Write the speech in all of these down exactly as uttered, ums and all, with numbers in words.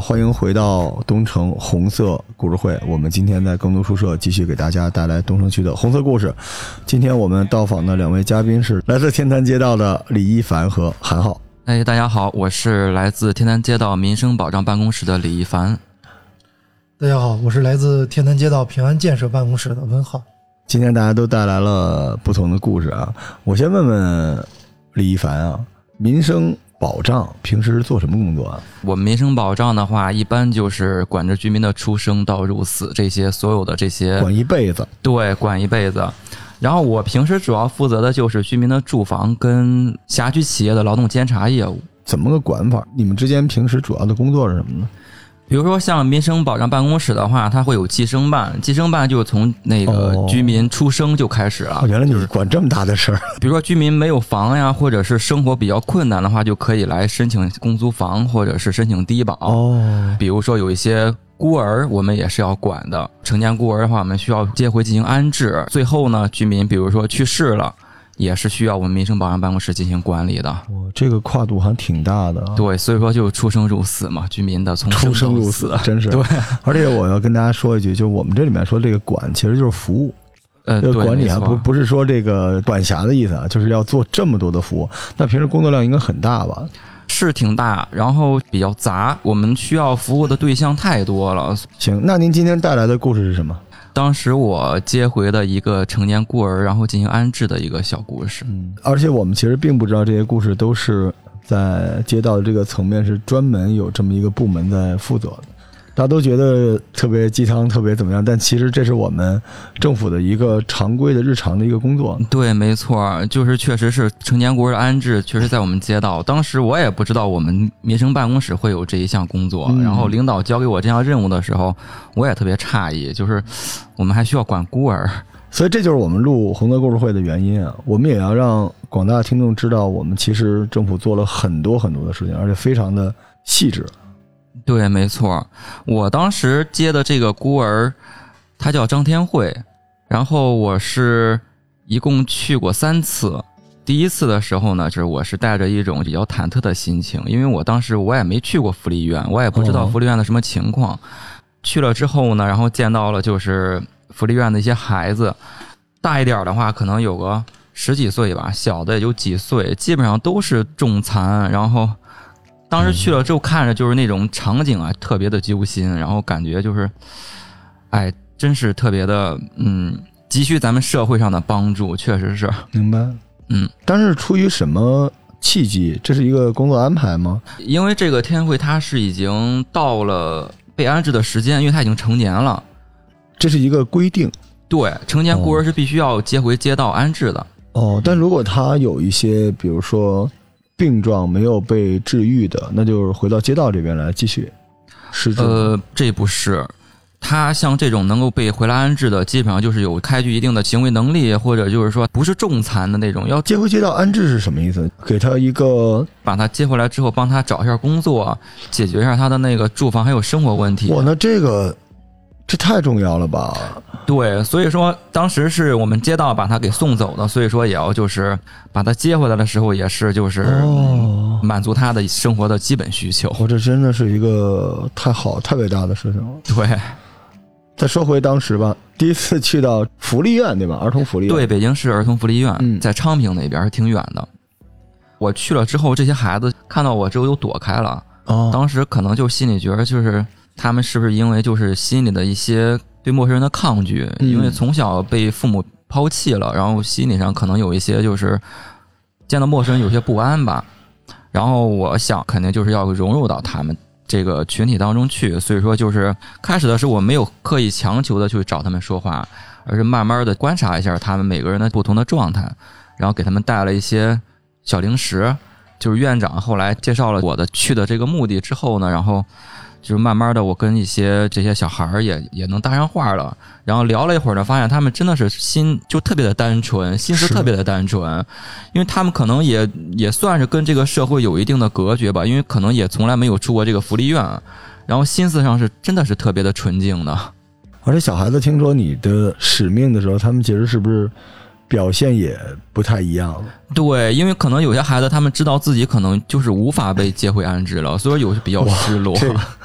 欢迎回到东城红色故事会。我们今天在耕读书社继续给大家带来东城区的红色故事。今天我们到访的两位嘉宾是来自天坛街道的李一凡和韩浩。 哎，大家好，我是来自天坛街道民生保障办公室的李一凡。 大家好，我是来自天坛街道平安建设办公室的文浩。 今天大家都带来了不同的故事啊，我先问问李一凡啊，民生保障平时是做什么工作啊？ 我们民生保障的话，一般就是管着居民的出生到入死这些所有的这些， 管一辈子。 对，管一辈子。然后我平时主要负责的就是居民的住房跟辖区企业的劳动监察业务。 怎么个管法？你们之间平时主要的工作是什么呢？ 比如说像民生保障办公室的话，它会有计生办，计生办就是从那个居民出生就开始了。 哦，原来你是管这么大的事儿。 比如说居民没有房呀，或者是生活比较困难的话，就可以来申请公租房，或者是申请低保。 哦， 比如说有一些孤儿，我们也是要管的。成年孤儿的话，我们需要接回进行安置。最后呢，居民比如说去世了，也是需要我们民生保障办公室进行管理的。 哇，这个跨度还挺大的。 对，所以说就出生入死嘛，居民的从出生入死，真是。 对， 而且我要跟大家说一句，就我们这里面说这个管，其实就是服务。 呃， 这个管理啊，不不是说这个管辖的意思啊，就是要做这么多的服务。那平时工作量应该很大吧？ 是挺大，然后比较杂，我们需要服务的对象太多了。 行，那您今天带来的故事是什么？ 当时我接回的一个成年孤儿，然后进行安置的一个小故事。 嗯，而且我们其实并不知道这些故事都是在街道的这个层面是专门有这么一个部门在负责的。大家都觉得特别鸡汤，特别怎么样，但其实这是我们政府的一个常规的日常的一个工作。 对，没错，就是确实是成年孤儿的安置，确实在我们街道。当时我也不知道我们民生办公室会有这一项工作，嗯、然后领导交给我这项任务的时候，我也特别诧异，就是我们还需要管孤儿。 所以这就是我们录红色故事会的原因啊！我们也要让广大听众知道，我们其实政府做了很多很多的事情，而且非常的细致。 对，没错，我当时接的这个孤儿，他叫张天慧，然后我是一共去过三次。第一次的时候呢，是我是带着一种比较忐忑的心情，因为我当时我也没去过福利院，我也不知道福利院的什么情况。哦、去了之后呢，然后见到了就是福利院的一些孩子，大一点的话可能有个十几岁吧，小的也就几岁，基本上都是重残，然后。当时去了之后看着就是那种场景啊，特别的揪心，然后感觉就是，哎，真是特别的，嗯，急需咱们社会上的帮助，确实是。 明白。嗯，但是出于什么契机？这是一个工作安排吗？ 因为这个天慧他是已经到了被安置的时间，因为他已经成年了， 这是一个规定。 对，成年孤儿是必须要接回街道安置的。 哦，但如果他有一些，比如说。病状没有被治愈的，那就是回到街道这边来继续施治。 呃，这不是，他像这种能够被回来安置的，基本上就是有开具一定的行为能力，或者就是说不是重残的那种。要接回街道安置是什么意思？给他一个， 把他接回来之后，帮他找一下工作，解决一下他的那个住房还有生活问题。 哇，那这个这太重要了吧？ 对，所以说当时是我们街道把他给送走的，所以说也要就是把他接回来的时候，也是就是、哦、满足他的生活的基本需求。 哦，这真的是一个太好太伟大的事情了。 对， 再说回当时吧，第一次去到福利院，对吧？儿童福利院。 对，北京市儿童福利院，嗯、在昌平那边是挺远的。我去了之后，这些孩子看到我之后都躲开了。哦，当时可能就心里觉得就是他们是不是因为就是心里的一些。对陌生人的抗拒，因为从小被父母抛弃了，然后心理上可能有一些就是见到陌生人有些不安吧。然后我想肯定就是要融入到他们这个群体当中去，所以说就是开始的时候我没有刻意强求的去找他们说话，而是慢慢的观察一下他们每个人的不同的状态，然后给他们带了一些小零食。就是院长后来介绍了我的去的这个目的之后呢，然后就是慢慢的我跟一些这些小孩也也能搭上话了，然后聊了一会儿呢，发现他们真的是心就特别的单纯，心思特别的单纯，因为他们可能也也算是跟这个社会有一定的隔绝吧，因为可能也从来没有出过这个福利院，然后心思上是真的是特别的纯净的。 而且小孩子听说你的使命的时候，他们其实是不是表现也不太一样？ 对，因为可能有些孩子他们知道自己可能就是无法被接回安置了，所以有些比较失落。 这个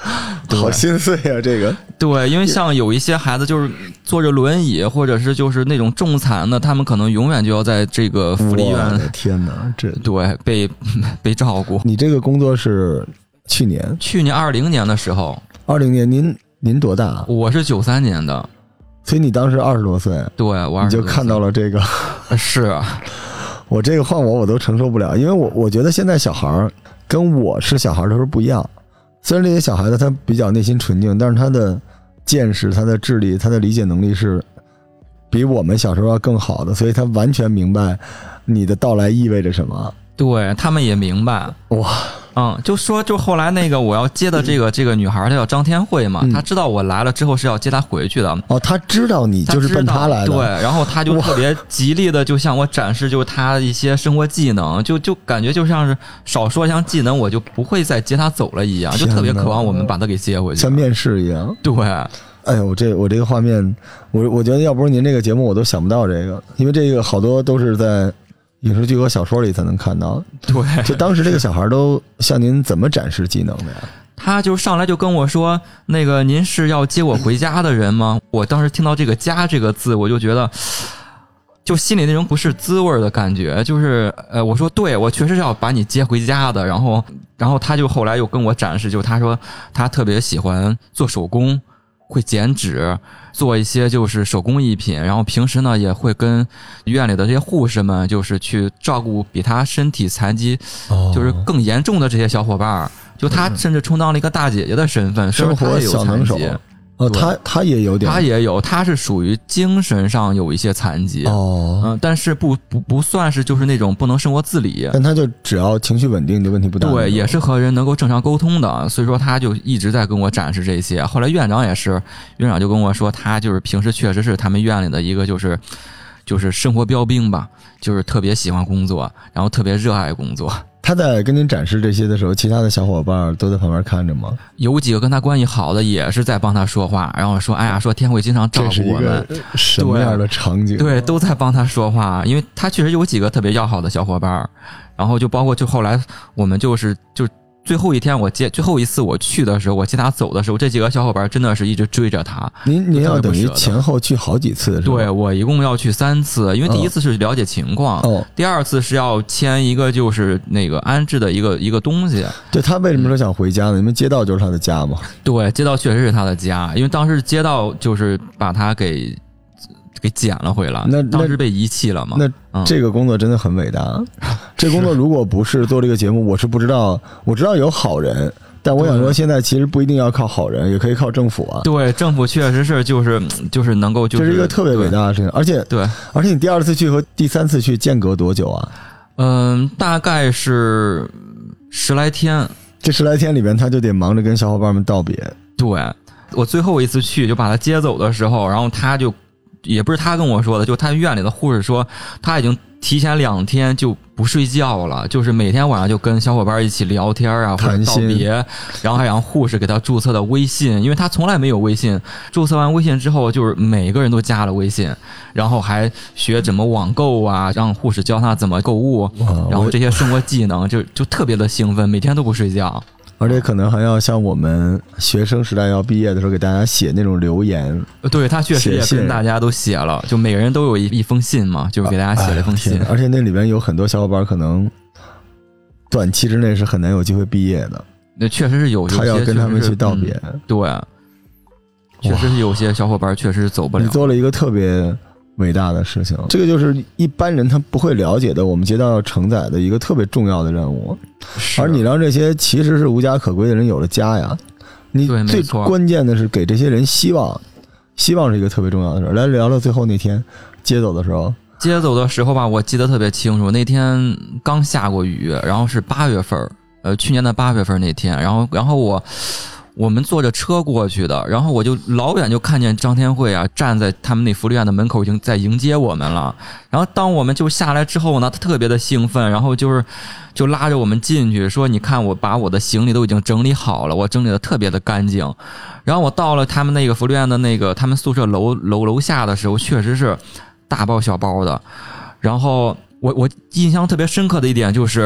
好心碎啊！这个对，因为像有一些孩子就是坐着轮椅，或者是就是那种重残的，他们可能永远就要在这个福利院。 天哪，这对被被照顾。 你这个工作是去年？ 去年二零年的时候。 二零年，您您多大？ 我是九三年的， 所以你当时二十多岁。 对，我二十多岁你就看到了这个。 是啊， 我这个换我我都承受不了，因为我我觉得现在小孩跟我是小孩的时候不一样。虽然这些小孩子他比较内心纯净，但是他的见识、他的智力、他的理解能力是比我们小时候要更好的，所以他完全明白你的到来意味着什么。 对，他们也明白。 哇， 嗯，就说就后来那个我要接的这个这个女孩，她叫张天慧嘛，她知道我来了之后是要接她回去的。 哦，她知道你就是奔她来的。 对，然后她就特别极力的就向我展示就是她一些生活技能，就就感觉就像是少说一项技能我就不会再接她走了一样，就特别渴望我们把她给接回去， 像面试一样。 对， 哎呦，我这我这个画面，我我觉得要不是您这个节目我都想不到这个，因为这个好多都是在影视剧和小说里才能看到。 对， 就当时这个小孩都向您怎么展示技能的呀？ 他就上来就跟我说：“那个您是要接我回家的人吗？”我当时听到这个“家”这个字，我就觉得，就心里那种不是滋味的感觉。就是呃，我说对，我确实是要把你接回家的。然后，然后他就后来又跟我展示，就他说他特别喜欢做手工，会剪纸。做一些就是手工艺品，然后平时呢也会跟院里的这些护士们，就是去照顾比他身体残疾就是更严重的这些小伙伴。就他甚至充当了一个大姐姐的身份， 生活小能手。哦，他他也有点， 他也有，他是属于精神上有一些残疾哦， 嗯，但是不不不算是就是那种不能生活自理， 但他就只要情绪稳定，就问题不大。 对，也是和人能够正常沟通的，所以说他就一直在跟我展示这些。后来院长也是，院长就跟我说，他就是平时确实是他们院里的一个就是就是生活标兵吧，就是特别喜欢工作，然后特别热爱工作。 他在跟您展示这些的时候，其他的小伙伴都在旁边看着吗？ 有几个跟他关系好的也是在帮他说话，然后说：“哎呀，说天慧经常照顾我们。” 什么样的场景？ 对，都在帮他说话，因为他确实有几个特别要好的小伙伴，然后就包括就后来我们就是就。最后一天我接最后一次我去的时候，我接他走的时候，这几个小伙伴真的是一直追着他。 您您要等于前后去好几次是吧？ 对，我一共要去三次，因为第一次是了解情况， 哦， 第二次是要签一个就是那个安置的一个一个东西。 对，他为什么说想回家呢？因为街道就是他的家嘛。 对，街道确实是他的家，因为当时街道就是把他给。给捡了回来， 那当时被遗弃了嘛？ 那这个工作真的很伟大。嗯、这工作如果不是做这个节目，我是不知道。我知道有好人，但我想说，现在其实不一定要靠好人，也可以靠政府啊。 对，政府确实是就是就是能够，就是这是一个特别伟大的事情。而且对， 而且你第二次去和第三次去间隔多久啊？ 嗯，大概是十来天。 这十来天里边，他就得忙着跟小伙伴们道别。 对，我最后一次去就把他接走的时候，然后他就。也不是他跟我说的，就他院里的护士说，他已经提前两天就不睡觉了，就是每天晚上就跟小伙伴一起聊天啊，或者道别，然后还让护士给他注册的微信，因为他从来没有微信。注册完微信之后，就是每个人都加了微信，然后还学怎么网购啊，让护士教他怎么购物，然后这些生活技能就就特别的兴奋，每天都不睡觉。 而且可能还要像我们学生时代要毕业的时候给大家写那种留言。 对，他确实也跟大家都写了，就每个人都有一一封信嘛，就是给大家写了一封信、 哎。而且那里边有很多小伙伴可能短期之内是很难有机会毕业的。 那确实是有， 他要跟他们去道别。 嗯、对，确实是有些小伙伴确实是走不了。 你做了一个特别伟大的事情，这个就是一般人他不会了解的，我们街道要承载的一个特别重要的任务。而你让这些其实是无家可归的人有了家呀，你最关键的是给这些人希望，希望是一个特别重要的事。来聊聊最后那天接走的时候。 接走的时候吧，我记得特别清楚，那天刚下过雨，然后是八月份，呃，去年的八月份那天，然后然后我。我们坐着车过去的，然后我就老远就看见张天慧啊站在他们那福利院的门口，已经在迎接我们了。然后当我们就下来之后呢，他特别的兴奋，然后就是就拉着我们进去，说：“你看，我把我的行李都已经整理好了，我整理的特别的干净。”然后我到了他们那个福利院的那个他们宿舍楼楼楼下的时候，确实是大包小包的。然后我我印象特别深刻的一点就是。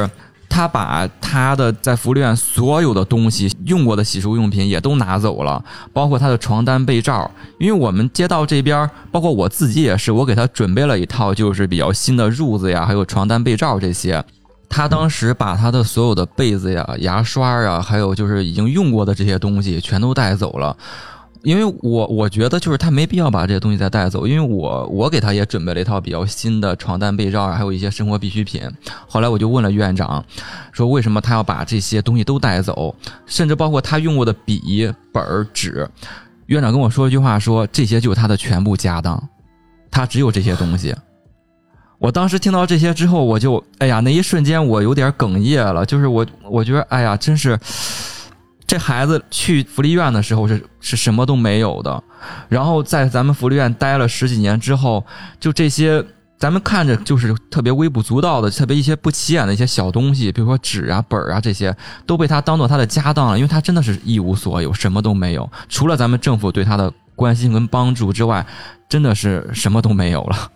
他把他的在福利院所有的东西用过的洗漱用品也都拿走了，包括他的床单被罩。因为我们街道这边包括我自己也是，我给他准备了一套就是比较新的褥子呀，还有床单被罩这些。他当时把他的所有的被子呀、牙刷啊，还有就是已经用过的这些东西全都带走了。因为我我觉得就是他没必要把这些东西再带走，因为我我给他也准备了一套比较新的床单被罩啊，还有一些生活必需品。后来我就问了院长，说为什么他要把这些东西都带走，甚至包括他用过的笔、本、纸。院长跟我说一句话，说这些就是他的全部家当，他只有这些东西。我当时听到这些之后，我就哎呀，那一瞬间我有点哽咽了，就是我我觉得哎呀，真是这孩子去福利院的时候是是什么都没有的，然后在咱们福利院待了十几年之后，就这些咱们看着就是特别微不足道的，特别一些不起眼的一些小东西，比如说纸啊、本啊，这些都被他当做他的家当了，因为他真的是一无所有，什么都没有，除了咱们政府对他的关心跟帮助之外，真的是什么都没有了。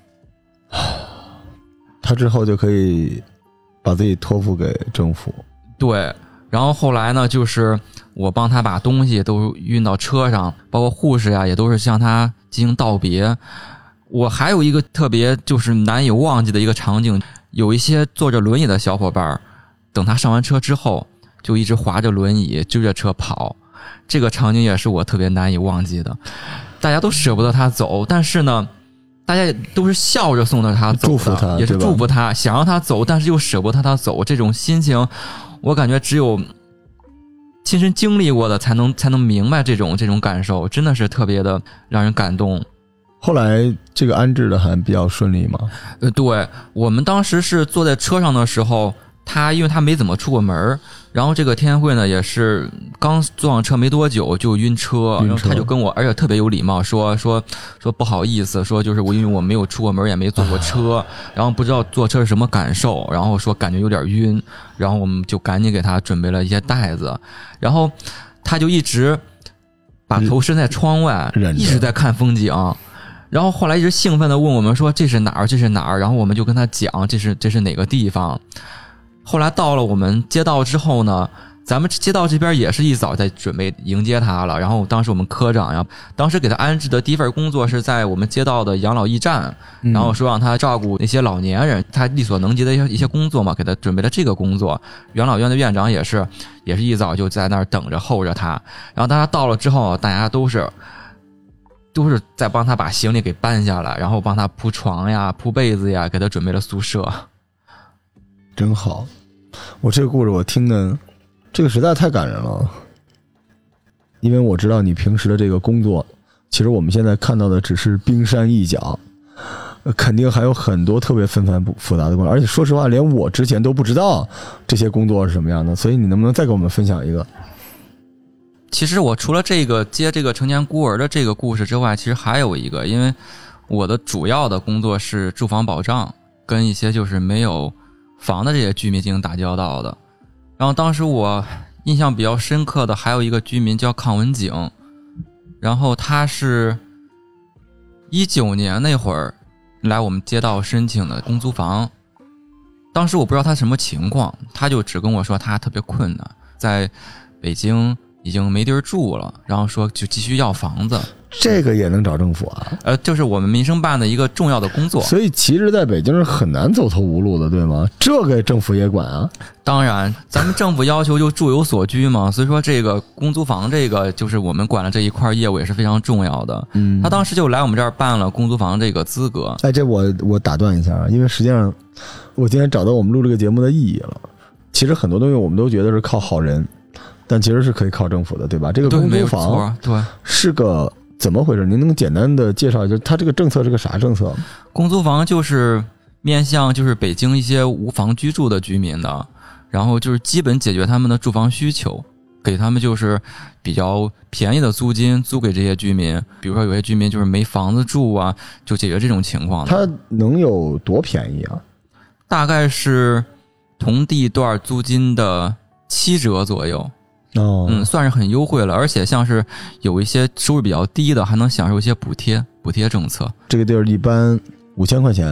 他之后就可以把自己托付给政府。 对，然后后来呢，就是我帮他把东西都运到车上，包括护士呀，也都是向他进行道别。我还有一个特别就是难以忘记的一个场景，有一些坐着轮椅的小伙伴，等他上完车之后，就一直划着轮椅追着车跑，这个场景也是我特别难以忘记的。大家都舍不得他走，但是呢，大家都是笑着送着他走的， 祝福他， 也是祝福他，想让他走，但是又舍不得他走，这种心情，我感觉只有亲身经历过的才能才能明白这种这种感受，真的是特别的让人感动。 后来这个安置的还比较顺利吗？ 呃，对，我们当时是坐在车上的时候，他因为他没怎么出过门，然后这个天慧呢也是刚坐上车没多久就晕车， 晕车然后他就跟我，而且特别有礼貌，说说说不好意思，说就是我因为我没有出过门，也没坐过车，然后不知道坐车是什么感受，然后说感觉有点晕，然后我们就赶紧给他准备了一些袋子，然后他就一直把头伸在窗外，一直在看风景。然后后来一直兴奋地问我们说这是哪儿这是哪儿，然后我们就跟他讲这是这是哪个地方。后来到了我们街道之后呢，咱们街道这边也是一早在准备迎接他了，然后当时我们科长呀，当时给他安置的第一份工作是在我们街道的养老驿站，然后说让他照顾那些老年人，他力所能及的一些一些工作嘛，给他准备了这个工作。养老院的院长也是也是一早就在那儿等着候着他，然后当他到了之后，大家都是都是在帮他把行李给搬下来，然后帮他铺床呀铺被子呀，给他准备了宿舍。 真好，我这个故事我听的这个实在太感人了，因为我知道你平时的这个工作，其实我们现在看到的只是冰山一角，肯定还有很多特别纷繁复杂的工作，而且说实话连我之前都不知道这些工作是什么样的，所以你能不能再给我们分享一个？ 其实我除了这个接这个成年孤儿的这个故事之外，其实还有一个，因为我的主要的工作是住房保障，跟一些就是没有房的这些居民进行打交道的。然后当时我印象比较深刻的还有一个居民叫康文景，然后他是一九年那会儿来我们街道申请的公租房，当时我不知道他什么情况，他就只跟我说他特别困难，在北京已经没地儿住了，然后说就急需要房子。 这个也能找政府啊？ 呃，就是我们民生办的一个重要的工作。 所以其实在北京是很难走投无路的，对吗？这个政府也管啊？ 当然，咱们政府要求就住有所居嘛，所以说这个公租房这个就是我们管的这一块业务也是非常重要的。嗯，他当时就来我们这儿办了公租房这个资格。 哎，这我我打断一下，因为实际上我今天找到我们录这个节目的意义了。其实很多东西我们都觉得是靠好人，但其实是可以靠政府的，对吧？这个公租房对是个怎么回事？您能简单的介绍一下，它这个政策是个啥政策？ 公租房就是面向就是北京一些无房居住的居民的，然后就是基本解决他们的住房需求，给他们就是比较便宜的租金租给这些居民。比如说有些居民就是没房子住啊，就解决这种情况的。 它能有多便宜啊？ 大概是同地段租金的七折左右。 哦， 嗯，算是很优惠了，而且像是有一些收入比较低的，还能享受一些补贴，补贴政策。 这个地儿一般五千块钱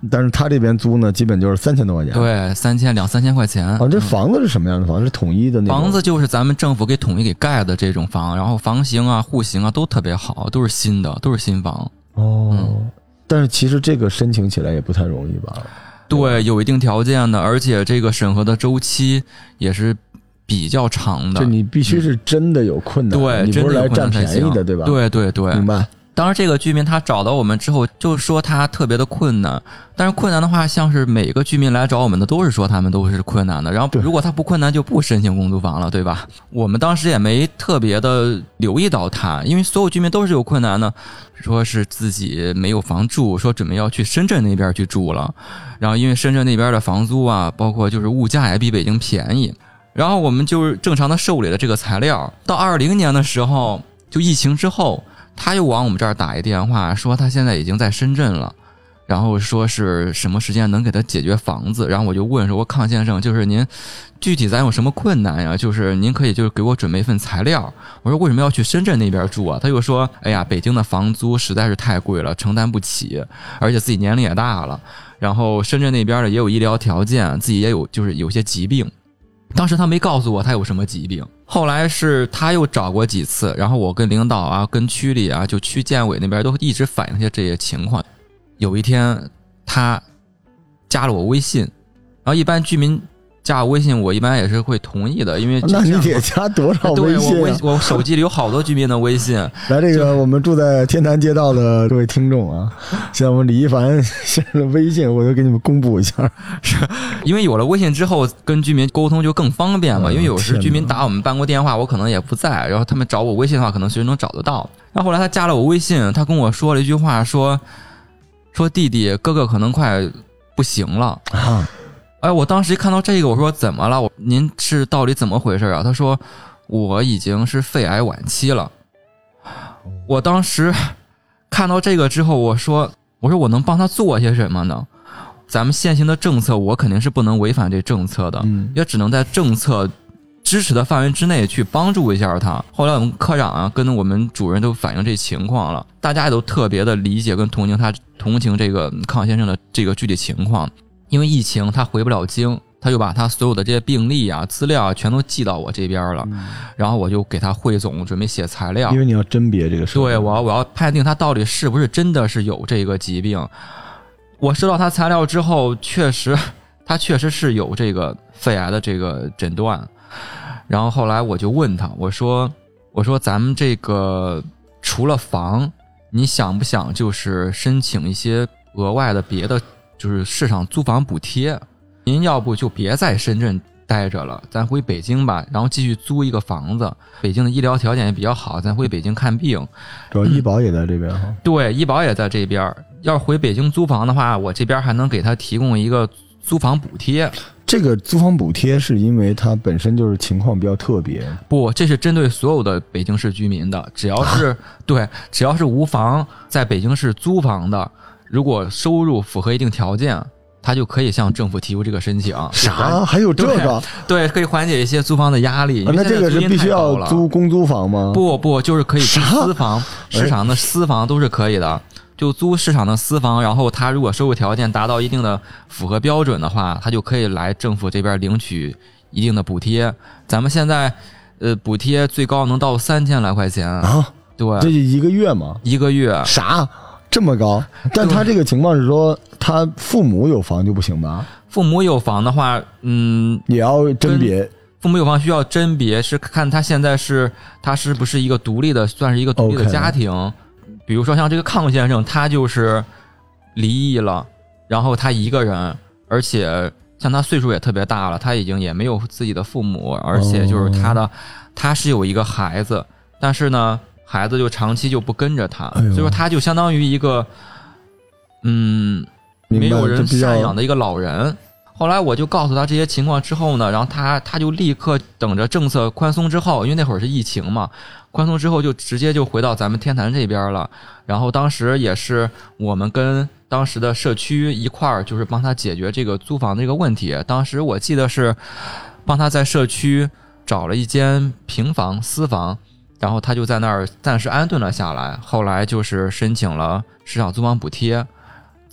但是他这边租呢，基本就是三千多块钱。 对，三千两三千块钱。 哦，这房子是什么样的房子？是统一的那种？ 房子就是咱们政府给统一给盖的这种房，然后房型啊、户型啊都特别好，都是新的，都是新房。 哦、嗯，但是其实这个申请起来也不太容易吧？ 对，有一定条件的，而且这个审核的周期也是比较长的。 就你必须是真的有困难， 对， 你不是来占便宜的，对吧？ 对对对， 明白。 当然，这个居民他找到我们之后，就说他特别的困难。但是困难的话，像是每个居民来找我们的，都是说他们都是困难的。然后，如果他不困难，就不申请公租房了，对吧？我们当时也没特别的留意到他，因为所有居民都是有困难的，说是自己没有房住，说准备要去深圳那边去住了。然后，因为深圳那边的房租啊，包括就是物价也比北京便宜。然后我们就是正常的受理了这个材料。到二零年的时候，就疫情之后。他又往我们这儿打一电话，说他现在已经在深圳了，然后说是什么时间能给他解决房子。然后我就问说，我康先生，就是您具体咱有什么困难呀？就是您可以就是给我准备一份材料。我说为什么要去深圳那边住啊？他又说，哎呀，北京的房租实在是太贵了，承担不起，而且自己年龄也大了，然后深圳那边的也有医疗条件，自己也有就是有些疾病。当时他没告诉我他有什么疾病，后来是他又找过几次，然后我跟领导啊、跟区里啊，就区建委那边都一直反映些这些情况。有一天他加了我微信，然后一般居民加我微信，我一般也是会同意的，因为那你得加多少微信、啊？ 对，我微我手机里有好多居民的微信。 来，这个我们住在天坛街道的各位听众啊，像我们李一凡先生的微信，我就给你们公布一下。 是因为有了微信之后，跟居民沟通就更方便嘛。因为有时居民打我们办公电话，我可能也不在，然后他们找我微信的话，可能随时能找得到。然后后来他加了我微信，他跟我说了一句话，说说弟弟，哥哥可能快不行了啊。哎，我当时一看到这个，我说怎么了？我您是到底怎么回事啊？他说我已经是肺癌晚期了。我当时看到这个之后，我说我说我能帮他做些什么呢？咱们现行的政策，我肯定是不能违反这政策的，嗯，也只能在政策支持的范围之内去帮助一下他。后来我们科长啊跟我们主任都反映这情况了，大家也都特别的理解跟同情他，同情这个康先生的这个具体情况。因为疫情他回不了京，他就把他所有的这些病历啊资料啊全都寄到我这边了、嗯、然后我就给他汇总准备写材料， 因为你要甄别这个事。 对，我要我要判定他到底是不是真的是有这个疾病。我收到他材料之后，确实他确实是有这个肺癌的这个诊断。然后后来我就问他，我说我说咱们这个除了房，你想不想就是申请一些额外的别的，就是市场租房补贴？您要不就别在深圳待着了，咱回北京吧，然后继续租一个房子。北京的医疗条件也比较好，咱回北京看病。 主要医保也在这边哈、嗯。 对，医保也在这边。要是回北京租房的话，我这边还能给他提供一个租房补贴。 这个租房补贴是因为它本身就是情况比较特别？ 不，这是针对所有的北京市居民的，只要是、啊、对，只要是无房在北京市租房的，如果收入符合一定条件，他就可以向政府提出这个申请。 啥？还有这个？ 对，可以缓解一些租房的压力。 啊、那这个是必须要租公租房吗？ 不不，就是可以租私房，市场的私房都是可以的。就租市场的私房，然后他如果收入条件达到一定的符合标准的话，他就可以来政府这边领取一定的补贴。咱们现在呃补贴最高能到三千来块钱啊！ 对， 这是一个月吗？ 一个月。 啥？这么高？但他这个情况是说，他父母有房就不行吧？ 父母有房的话，嗯， 也要甄别。 父母有房需要甄别，是看他现在是他是不是一个独立的，算是一个独立的家庭。Okay. 比如说像这个康先生，他就是离异了，然后他一个人，而且像他岁数也特别大了，他已经也没有自己的父母，而且就是他的、哦、他是有一个孩子，但是呢孩子就长期就不跟着他、哎、所以说他就相当于一个嗯没有人赡养的一个老人。后来我就告诉他这些情况之后呢，然后他他就立刻等着政策宽松之后，因为那会儿是疫情嘛，宽松之后就直接就回到咱们天坛这边了。然后当时也是我们跟当时的社区一块儿，就是帮他解决这个租房这个问题。当时我记得是帮他在社区找了一间平房私房，然后他就在那儿暂时安顿了下来。后来就是申请了市场租房补贴。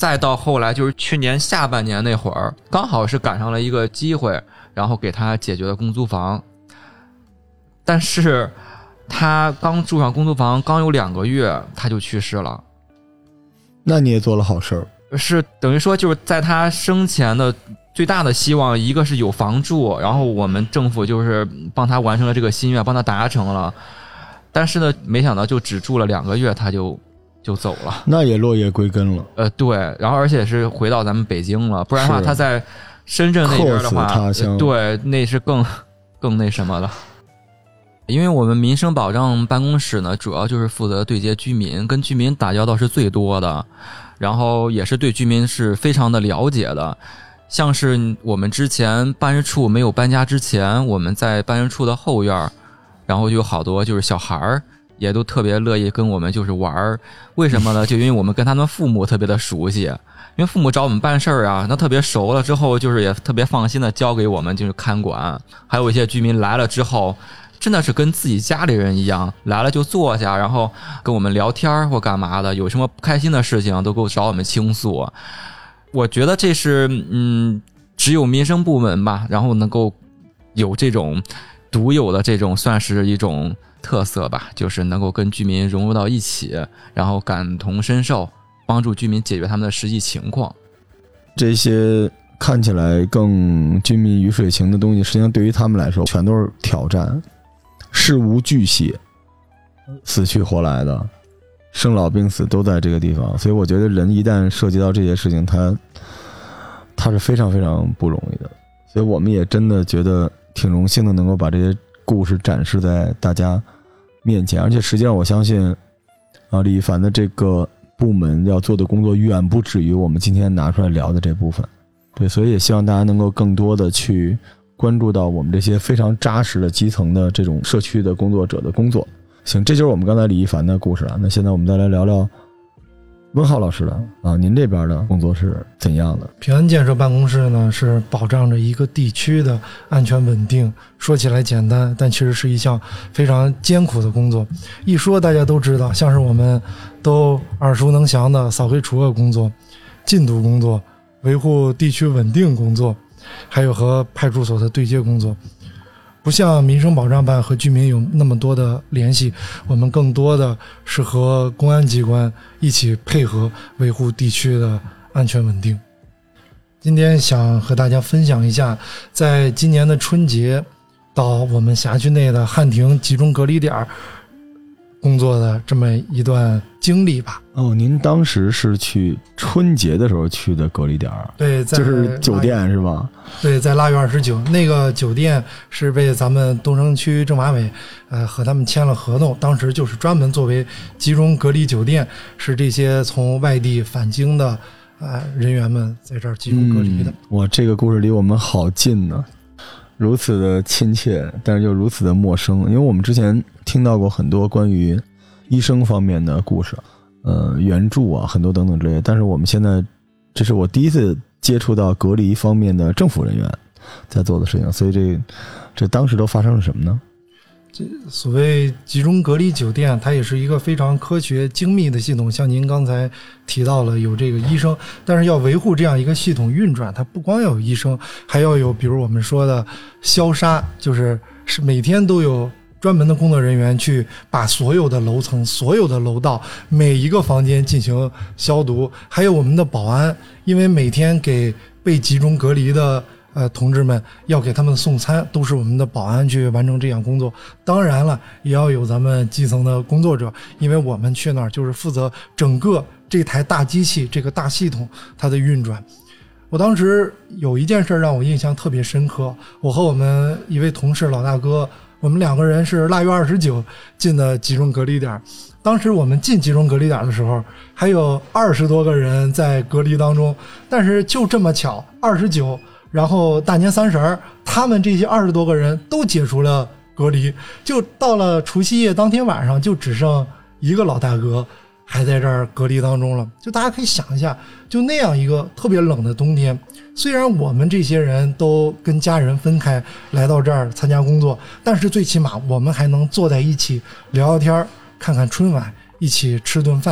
再到后来就是去年下半年那会儿，刚好是赶上了一个机会，然后给他解决了公租房。但是他刚住上公租房刚有两个月他就去世了。 那你也做了好事儿， 是等于说就是在他生前的最大的希望，一个是有房住，然后我们政府就是帮他完成了这个心愿，帮他达成了。但是呢，没想到就只住了两个月他就就走了， 那也落叶归根了。 呃，对，然后而且是回到咱们北京了，不然的话他在深圳那边的话，呃、对，那是更更那什么了。因为我们民生保障办公室呢，主要就是负责对接居民，跟居民打交道是最多的，然后也是对居民是非常的了解的。像是我们之前办事处没有搬家之前，我们在办事处的后院，然后就有好多就是小孩儿也都特别乐意跟我们就是玩。为什么呢？就因为我们跟他们父母特别的熟悉，因为父母找我们办事儿啊，那特别熟了之后，就是也特别放心的交给我们就是看管。还有一些居民来了之后，真的是跟自己家里人一样，来了就坐下，然后跟我们聊天或干嘛的，有什么不开心的事情都给我找我们倾诉。我觉得这是嗯，只有民生部门吧，然后能够有这种独有的这种算是一种特色吧，就是能够跟居民融入到一起，然后感同身受，帮助居民解决他们的实际情况。 这些看起来更居民鱼水情的东西，实际上对于他们来说全都是挑战，事无巨细，死去活来的，生老病死都在这个地方。所以我觉得人一旦涉及到这些事情，他他是非常非常不容易的。所以我们也真的觉得挺荣幸的，能够把这些故事展示在大家面前。而且实际上我相信啊，李一凡的这个部门要做的工作远不止于我们今天拿出来聊的这部分。对，所以也希望大家能够更多的去关注到我们这些非常扎实的基层的这种社区的工作者的工作。行，这就是我们刚才李一凡的故事了。那现在我们再来聊聊温浩老师的啊，您这边的工作是怎样的？ 平安建设办公室呢，是保障着一个地区的安全稳定。说起来简单，但其实是一项非常艰苦的工作。一说大家都知道，像是我们都耳熟能详的扫黑除恶工作、禁毒工作、维护地区稳定工作，还有和派出所的对接工作。不像民生保障办和居民有那么多的联系，我们更多的是和公安机关一起配合维护地区的安全稳定。今天想和大家分享一下，在今年的春节到我们辖区内的汉庭集中隔离点工作的这么一段经历吧。 哦，您当时是去春节的时候去的隔离点？ 对，在就是酒店是吧？ 对，在腊月二十九，那个酒店是被咱们东城区政法委呃和他们签了合同，当时就是专门作为集中隔离酒店，是这些从外地返京的呃人员们在这儿集中隔离的。 嗯、哇，这个故事离我们好近呢，如此的亲切，但是又如此的陌生。因为我们之前听到过很多关于医生方面的故事，呃，援助啊，很多等等之类的。但是我们现在，这是我第一次接触到隔离方面的政府人员在做的事情，所以这这当时都发生了什么呢？ 这所谓集中隔离酒店，它也是一个非常科学精密的系统。像您刚才提到了有这个医生，但是要维护这样一个系统运转，它不光要有医生，还要有比如我们说的消杀，就是是每天都有专门的工作人员去把所有的楼层、所有的楼道、每一个房间进行消毒，还有我们的保安，因为每天给被集中隔离的呃，同志们要给他们送餐，都是我们的保安去完成这项工作。当然了，也要有咱们基层的工作者，因为我们去那儿就是负责整个这台大机器、这个大系统它的运转。我当时有一件事让我印象特别深刻，我和我们一位同事老大哥，我们两个人是腊月二十九进的集中隔离点。当时我们进集中隔离点的时候，还有二十多个人在隔离当中，但是就这么巧，二十九。然后大年三十他们这些二十多个人都解除了隔离，就到了除夕夜当天晚上，就只剩一个老大哥还在这儿隔离当中了。就大家可以想一下，就那样一个特别冷的冬天，虽然我们这些人都跟家人分开来到这儿参加工作，但是最起码我们还能坐在一起聊聊天，看看春晚，一起吃顿饭。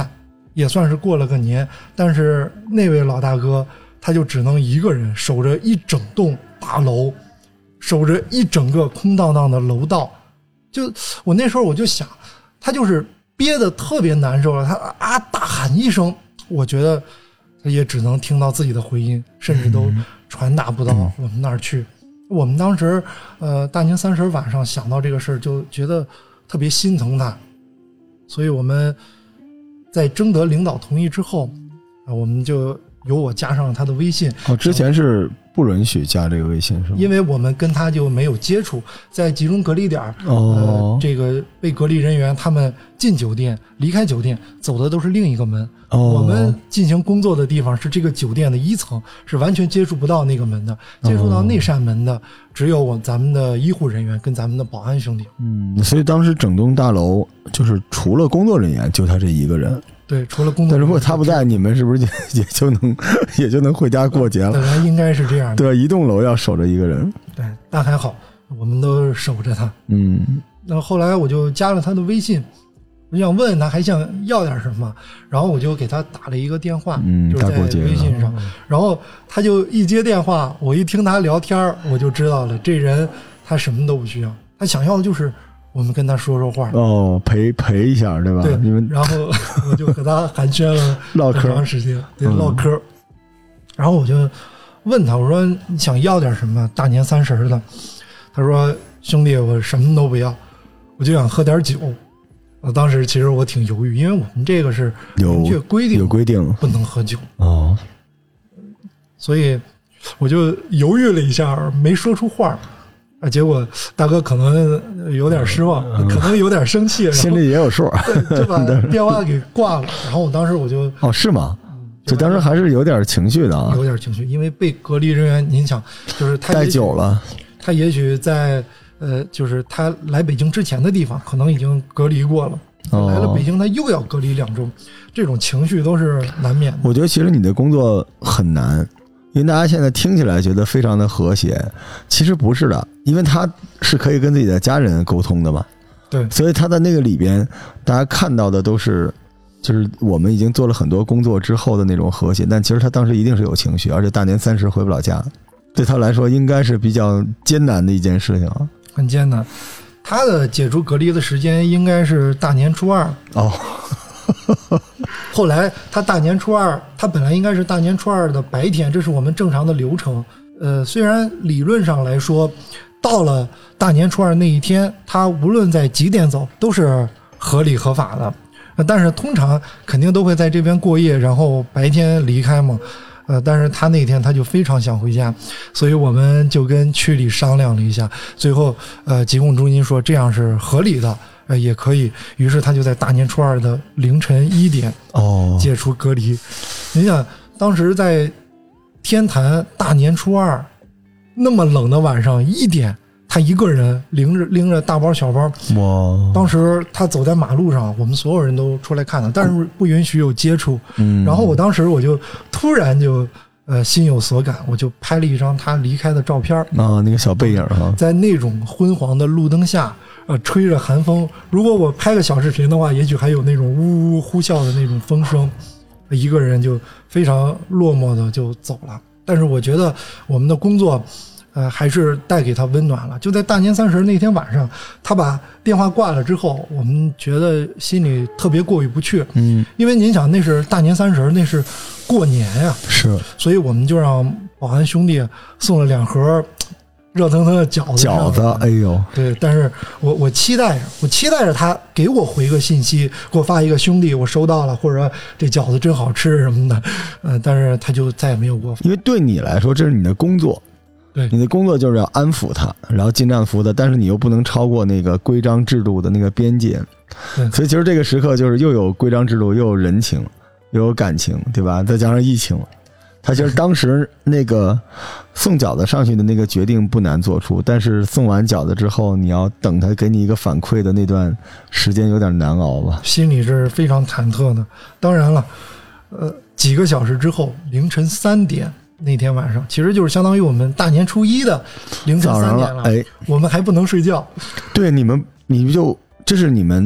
也算是过了个年，但是那位老大哥他就只能一个人守着一整栋大楼，守着一整个空荡荡的楼道。就我那时候我就想，他就是憋得特别难受了，他啊大喊一声，我觉得他也只能听到自己的回音，甚至都传达不到我们那儿去。我们当时呃大年三十晚上想到这个事儿，就觉得特别心疼他，所以我们在征得领导同意之后啊，我们就由我加上了他的微信。 哦，之前是不允许加这个微信是吗？ 因为我们跟他就没有接触，在集中隔离点哦、 呃，这个被隔离人员他们进酒店离开酒店走的都是另一个门、 哦、 我们进行工作的地方是这个酒店的一层，是完全接触不到那个门的，接触到那扇门的、哦、只有我咱们的医护人员跟咱们的保安兄弟。 嗯，所以当时整栋大楼就是除了工作人员就他这一个人。 对，除了工作人员， 但如果他不在，你们是不是也就能也就能回家过节了？ 本来应该是这样的。 对，一栋楼要守着一个人。 对，但还好，我们都守着他。 嗯。 那后来我就加了他的微信，我想问问他还想要点什么，然后我就给他打了一个电话， 嗯， 就是在微信上，然后他就一接电话，我一听他聊天，我就知道了，这人他什么都不需要，他想要的就是我们跟他说说话， 哦，陪陪一下，对吧？ 对， 你们然后我就和他寒暄了唠嗑很长时间，对， 嗯、 唠嗑。然后我就问他，我说你想要点什么？大年三十的，他说兄弟，我什么都不要，我就想喝点酒。我当时其实我挺犹豫，因为我们这个是明确规定有规定不能喝酒哦， 所以我就犹豫了一下，没说出话。啊，结果大哥可能有点失望，嗯、可能有点生气， 心里也有数， 就把电话给挂了。然后我当时我就哦，是吗？就当时还是有点情绪的啊， 有点情绪，因为被隔离人员，您想，就是他太久了， 他也许在呃，就是他来北京之前的地方，可能已经隔离过了， 哦、 来了北京他又要隔离两周，这种情绪都是难免的。 我觉得其实你的工作很难。因为大家现在听起来觉得非常的和谐，其实不是的，因为他是可以跟自己的家人沟通的嘛。 对， 所以他在那个里边，大家看到的都是，就是我们已经做了很多工作之后的那种和谐，但其实他当时一定是有情绪，而且大年三十回不了家，对他来说应该是比较艰难的一件事情啊。 很艰难，他的解除隔离的时间应该是大年初二哦。 后来他大年初二，他本来应该是大年初二的白天，这是我们正常的流程。呃，虽然理论上来说，到了大年初二那一天，他无论在几点走都是合理合法的，但是通常肯定都会在这边过夜，然后白天离开嘛。呃，但是他那天他就非常想回家，所以我们就跟区里商量了一下，最后呃疾控中心说这样是合理的。呃，也可以，于是他就在大年初二的凌晨一点哦解除隔离。你想，当时在天坛大年初二那么冷的晚上一点，他一个人拎着拎着大包小包， 哇！ 当时他走在马路上，我们所有人都出来看他，但是不允许有接触。 嗯， 然后我当时我就突然就呃心有所感，我就拍了一张他离开的照片啊，那个小背影哈， 在那种昏黄的路灯下。呃，吹着寒风。如果我拍个小视频的话，也许还有那种呜呜呼啸的那种风声。一个人就非常落寞的就走了。但是我觉得我们的工作，呃，还是带给他温暖了。就在大年三十那天晚上，他把电话挂了之后，我们觉得心里特别过意不去。 嗯， 因为您想，那是大年三十，那是过年呀， 是， 所以我们就让保安兄弟送了两盒。热腾腾的饺子， 饺子，哎呦， 对，但是我我期待着，我期待着他给我回个信息，给我发一个兄弟，我收到了，或者这饺子真好吃什么的，呃，但是他就再也没有过。 因为对你来说，这是你的工作， 对， 你的工作就是要安抚他，然后尽量服他，但是你又不能超过那个规章制度的那个边界， 对， 所以其实这个时刻就是又有规章制度，又有人情，又有感情，对吧？再加上疫情。他其实当时那个送饺子上去的那个决定不难做出，但是送完饺子之后，你要等他给你一个反馈的那段时间有点难熬吧？ 心里是非常忐忑的。当然了，呃，几个小时之后，凌晨三点那天晚上，其实就是相当于我们大年初一的凌晨三点了。 哎， 我们还不能睡觉。 对，你们，你们就这是你们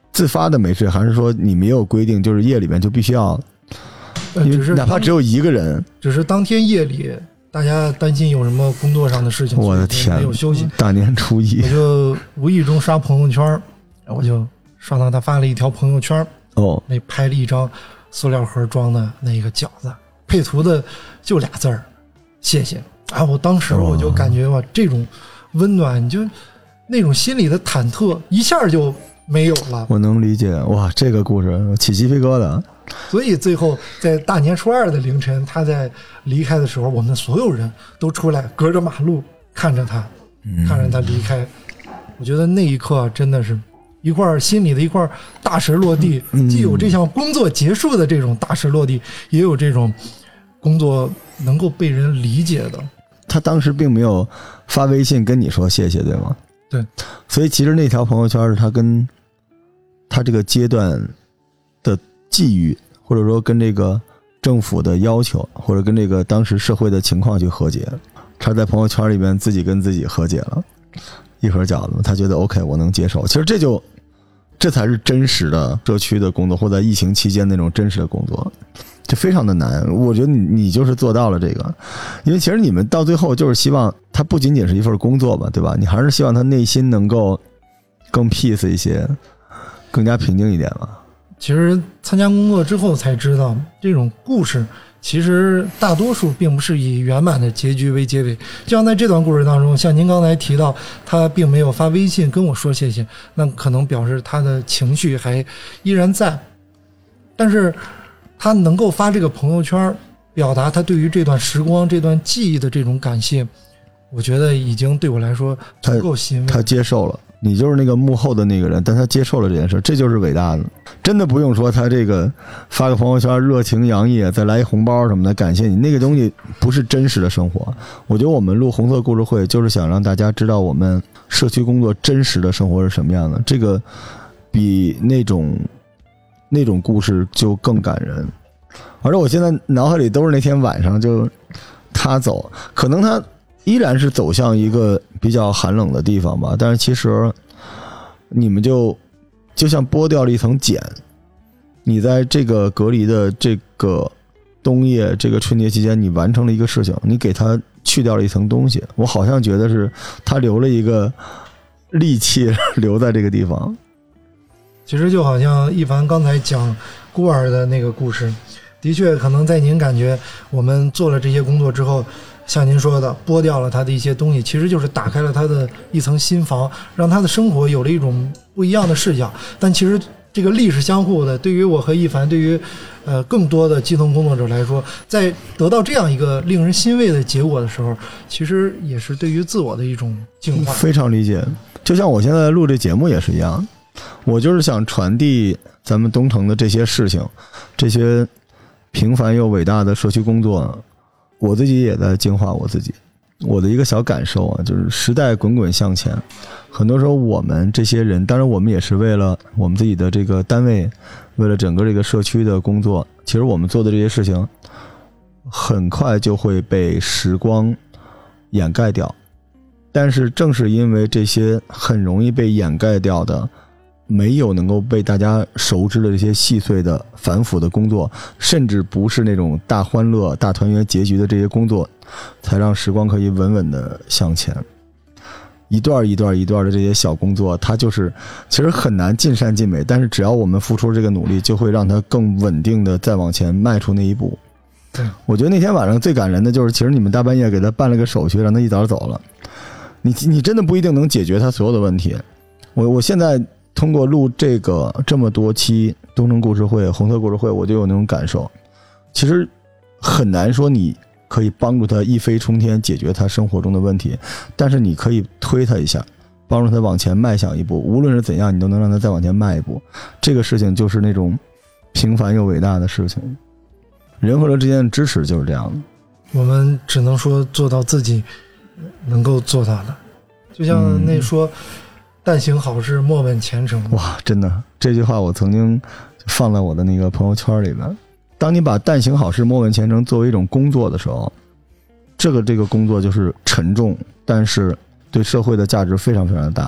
自发的没睡，还是说你没有规定，就是夜里面就必须要？因为哪怕只有一个人， 只是当天夜里大家担心有什么工作上的事情， 我的天， 没有休息。 大年初一， 我就无意中刷朋友圈，我就刷到他发了一条朋友圈， 哦， 那拍了一张塑料盒装的那个饺子，配图的就俩字儿，谢谢啊！我当时我就感觉哇，这种温暖，你就那种心里的忐忑一下就没有了。 我能理解，哇，这个故事起鸡皮疙瘩。 所以最后在大年初二的凌晨，他在离开的时候，我们所有人都出来隔着马路看着他，看着他离开。我觉得那一刻真的是一块心里的一块大石落地，既有这项工作结束的这种大石落地，也有这种工作能够被人理解的。 他当时并没有发微信跟你说谢谢，对吗？ 对。 所以其实那条朋友圈是他跟他这个阶段的际遇，或者说跟这个政府的要求，或者跟这个当时社会的情况去和解。他在朋友圈里面自己跟自己和解了，一盒饺子，他觉得 OK， 我能接受。其实这就这才是真实的社区的工作，或在疫情期间那种真实的工作，就非常的难。我觉得你你就是做到了这个，因为其实你们到最后就是希望他不仅仅是一份工作吧，对吧？你还是希望他内心能够更 peace 一些，更加平静一点嘛。 其实参加工作之后才知道，这种故事其实大多数并不是以圆满的结局为结尾。就像在这段故事当中，像您刚才提到，他并没有发微信跟我说谢谢，那可能表示他的情绪还依然在。但是他能够发这个朋友圈，表达他对于这段时光、这段记忆的这种感谢，我觉得已经对我来说足够欣慰。 他接受了。你就是那个幕后的那个人，但他接受了这件事，这就是伟大的。真的不用说他这个发个朋友圈热情洋溢，再来一红包什么的感谢你，那个东西不是真实的生活。我觉得我们录红色故事会就是想让大家知道我们社区工作真实的生活是什么样的，这个比那种那种故事就更感人。而且我现在脑海里都是那天晚上就他走，可能他依然是走向一个比较寒冷的地方吧，但是其实你们就就像剥掉了一层茧，你在这个隔离的这个冬夜这个春节期间，你完成了一个事情，你给他去掉了一层东西。我好像觉得是他留了一个戾气留在这个地方。 其实就好像一凡刚才讲孤儿的那个故事，的确可能在您感觉我们做了这些工作之后，像您说的剥掉了他的一些东西，其实就是打开了他的一层心房，让他的生活有了一种不一样的视角。但其实这个力是相互的，对于我和一凡，对于呃更多的基层工作者来说，在得到这样一个令人欣慰的结果的时候，其实也是对于自我的一种净化。 非常理解，就像我现在录这节目也是一样，我就是想传递咱们东城的这些事情，这些平凡又伟大的社区工作，我自己也在净化我自己。我的一个小感受啊，就是时代滚滚向前，很多时候我们这些人，当然我们也是为了我们自己的这个单位，为了整个这个社区的工作，其实我们做的这些事情很快就会被时光掩盖掉。但是正是因为这些很容易被掩盖掉的，没有能够被大家熟知的这些细碎的繁复的工作，甚至不是那种大欢乐大团圆结局的这些工作，才让时光可以稳稳的向前。一段一段一段的这些小工作，它就是其实很难尽善尽美，但是只要我们付出这个努力，就会让它更稳定的再往前迈出那一步。 对， 我觉得那天晚上最感人的就是，其实你们大半夜给他办了个手续，让他一早走了，你你真的不一定能解决他所有的问题。我我现在通过录这个这么多期东城故事会、红色故事会，我就有那种感受，其实很难说你可以帮助他一飞冲天解决他生活中的问题，但是你可以推他一下，帮助他往前迈向一步，无论是怎样，你都能让他再往前迈一步。这个事情就是那种平凡又伟大的事情，人和人之间的支持就是这样的。 我们只能说做到自己能够做到的，就像那说、嗯、但行好事莫问前程。 哇，真的，这句话我曾经放在我的那个朋友圈里面。当你把但行好事莫问前程作为一种工作的时候，这个这个工作就是沉重，但是对社会的价值非常非常的大。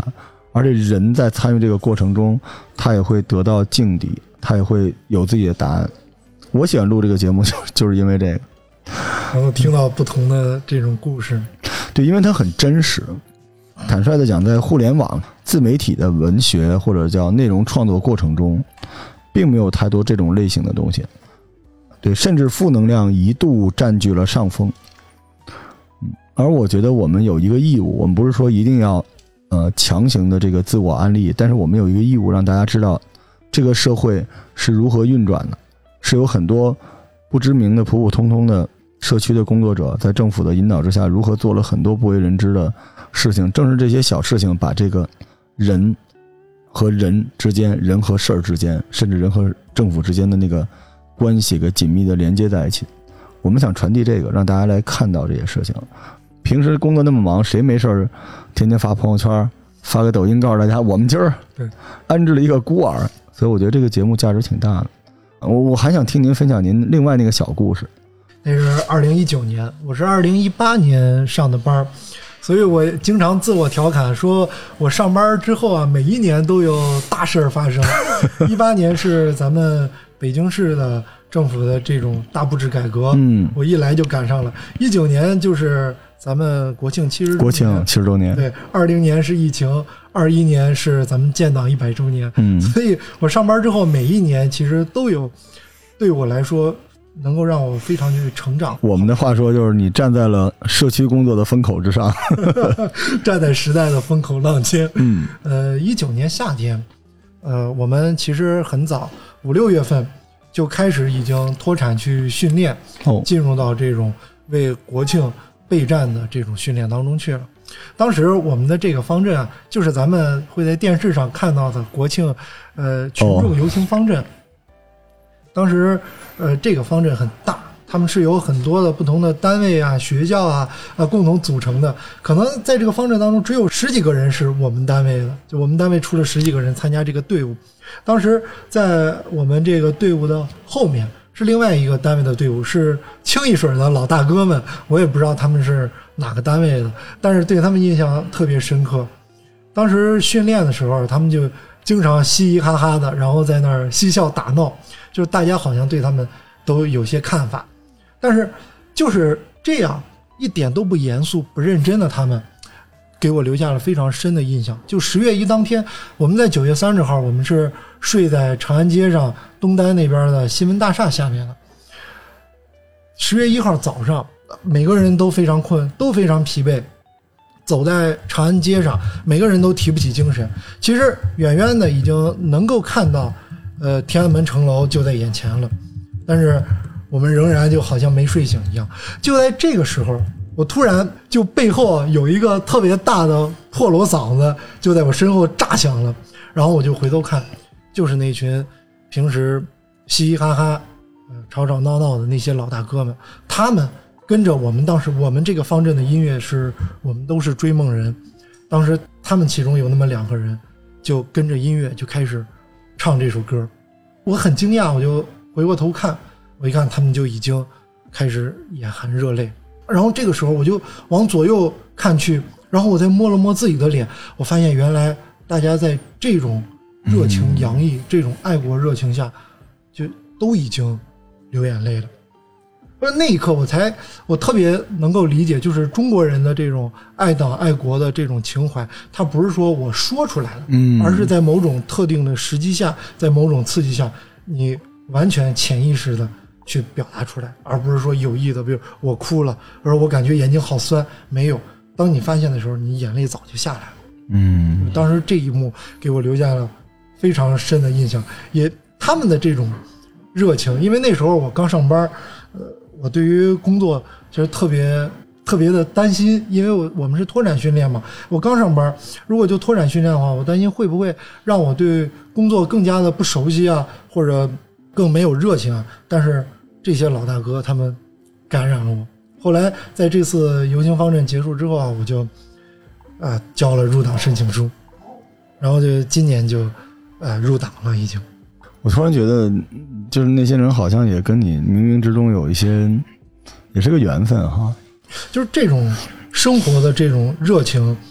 而且人在参与这个过程中，他也会得到境地，他也会有自己的答案。我喜欢录这个节目就就是因为这个， 然后听到不同的这种故事。 对，因为它很真实。坦率的讲，在互联网自媒体的文学或者叫内容创作过程中，并没有太多这种类型的东西。对，甚至负能量一度占据了上风。而我觉得我们有一个义务，我们不是说一定要呃强行的这个自我安利，但是我们有一个义务让大家知道这个社会是如何运转的，是有很多不知名的普普通通的社区的工作者在政府的引导之下如何做了很多不为人知的事情。正是这些小事情把这个人和人之间，人和事儿之间，甚至人和政府之间的那个关系给紧密的连接在一起。我们想传递这个，让大家来看到这些事情。平时工作那么忙，谁没事天天发朋友圈，发个抖音告诉大家我们今儿安置了一个孤儿。所以我觉得这个节目价值挺大的。我我还想听您分享您另外那个小故事。 那是二零一九年，我是二零一八年上的班，所以我经常自我调侃说，我上班之后啊，每一年都有大事发生。一八年是咱们北京市的政府的这种大布置改革，嗯，我一来就赶上了。一九年就是咱们国庆七十国庆七十周年， 对，二零年是疫情，二一年是咱们建党一百周年，嗯，所以我上班之后每一年其实都有，对我来说能够让我非常去成长。 我们的话说就是你站在了社区工作的风口之上， 站在时代的风口浪尖。嗯，呃，一九年夏天，呃，我们其实很早五六月份就开始已经脱产去训练，哦，进入到这种为国庆备战的这种训练当中去了。当时我们的这个方阵啊，就是咱们会在电视上看到的国庆呃群众游行方阵。哦，当时呃这个方阵很大，他们是由很多的不同的单位啊、学校啊啊共同组成的。可能在这个方阵当中只有十几个人是我们单位的，就我们单位出了十几个人参加这个队伍。当时在我们这个队伍的后面是另外一个单位的队伍，是清一水的老大哥们，我也不知道他们是哪个单位的，但是对他们印象特别深刻。当时训练的时候，他们就经常嘻嘻哈哈的，然后在那儿嬉笑打闹，就是大家好像对他们都有些看法，但是就是这样一点都不严肃不认真的他们给我留下了非常深的印象。就十月一当天，我们在九月三十号我们是睡在长安街上东单那边的新闻大厦下面的。十月一号早上，每个人都非常困，都非常疲惫，走在长安街上，每个人都提不起精神。其实远远的已经能够看到呃，天安门城楼就在眼前了，但是我们仍然就好像没睡醒一样。就在这个时候，我突然就背后有一个特别大的破锣嗓子就在我身后炸响了，然后我就回头看，就是那群平时嘻嘻哈哈、呃、吵吵闹闹的那些老大哥们，他们跟着我们。当时我们这个方阵的音乐是我们都是追梦人，当时他们其中有那么两个人就跟着音乐就开始唱这首歌。我很惊讶，我就回过头看，我一看他们就已经开始眼含热泪。然后这个时候我就往左右看去，然后我再摸了摸自己的脸，我发现原来大家在这种热情洋溢、嗯、这种爱国热情下就都已经流眼泪了。那一刻我才我特别能够理解，就是中国人的这种爱党爱国的这种情怀，它不是说我说出来的，嗯，而是在某种特定的时机下，在某种刺激下，你完全潜意识的去表达出来，而不是说有意的，比如我哭了，而我感觉眼睛好酸，没有。当你发现的时候，你眼泪早就下来了。嗯，当时这一幕给我留下了非常深的印象，也他们的这种热情，因为那时候我刚上班，呃。我对于工作就是特别特别的担心，因为我我们是脱产训练嘛，我刚上班，如果就脱产训练的话，我担心会不会让我对工作更加的不熟悉啊，或者更没有热情啊。但是这些老大哥他们感染了我。后来在这次游行方阵结束之后啊，我就啊交了入党申请书，然后就今年就呃入党了已经。 我突然觉得就是那些人好像也跟你冥冥之中有一些也是个缘分哈， 就是这种生活的这种热情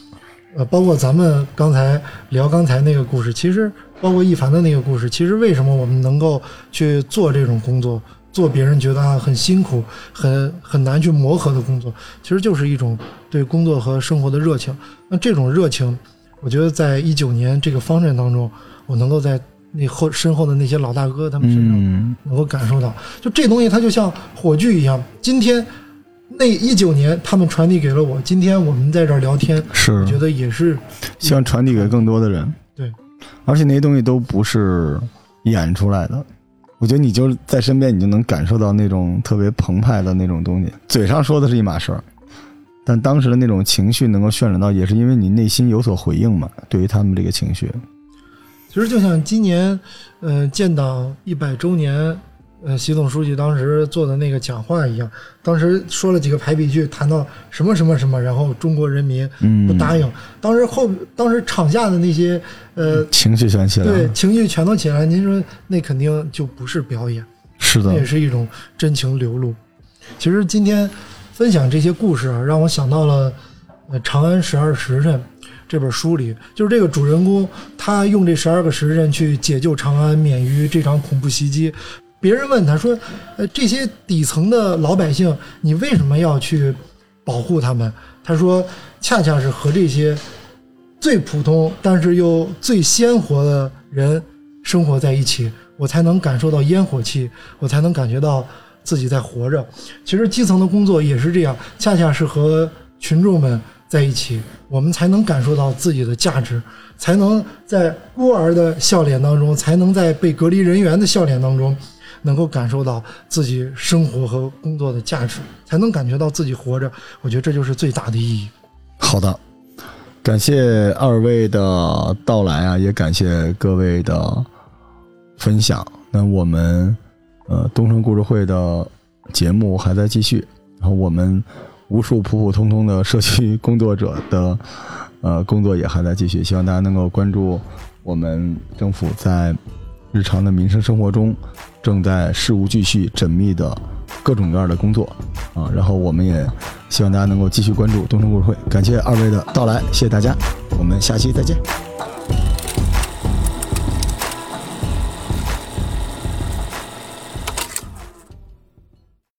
呃，包括咱们刚才聊刚才那个故事，其实包括一凡的那个故事，其实为什么我们能够去做这种工作，做别人觉得啊很辛苦、很很难去磨合的工作，其实就是一种对工作和生活的热情。那这种热情，我觉得在一九年这个方阵当中，我能够在那后身后的那些老大哥他们身上能够感受到，嗯、就这东西它就像火炬一样，今天。那一九年，他们传递给了我。今天我们在这儿聊天， 是我觉得也是希望传递给更多的人。 对， 而且那些东西都不是演出来的，我觉得你就在身边，你就能感受到那种特别澎湃的那种东西。嘴上说的是一码事儿，但当时的那种情绪能够渲染到，也是因为你内心有所回应嘛。对于他们这个情绪， 其实就像今年，呃，建党一百周年。呃，习总书记当时做的那个讲话一样，当时说了几个排比句，谈到什么什么什么，然后中国人民不答应。嗯、当时后，当时场下的那些呃情绪全起来了， 对，情绪全都起来。您说那肯定就不是表演， 是的， 那也是一种真情流露。其实今天分享这些故事啊，让我想到了呃《长安十二时辰》这本书里，就是这个主人公他用这十二个时辰去解救长安，免于这场恐怖袭击。别人问他说：“呃，这些底层的老百姓，你为什么要去保护他们？”他说：“恰恰是和这些最普通但是又最鲜活的人生活在一起，我才能感受到烟火气，我才能感觉到自己在活着。其实基层的工作也是这样，恰恰是和群众们在一起，我们才能感受到自己的价值，才能在孤儿的笑脸当中，才能在被隔离人员的笑脸当中。”能够感受到自己生活和工作的价值，才能感觉到自己活着，我觉得这就是最大的意义。 好的，感谢二位的到来啊，也感谢各位的分享。那我们呃东城故事会的节目还在继续，然后我们无数普普通通的社区工作者的呃工作也还在继续，希望大家能够关注我们政府在日常的民生生活中正在事无巨细缜密的各种各样的工作啊，然后我们也希望大家能够继续关注东城故事会。感谢二位的到来，谢谢大家，我们下期再见。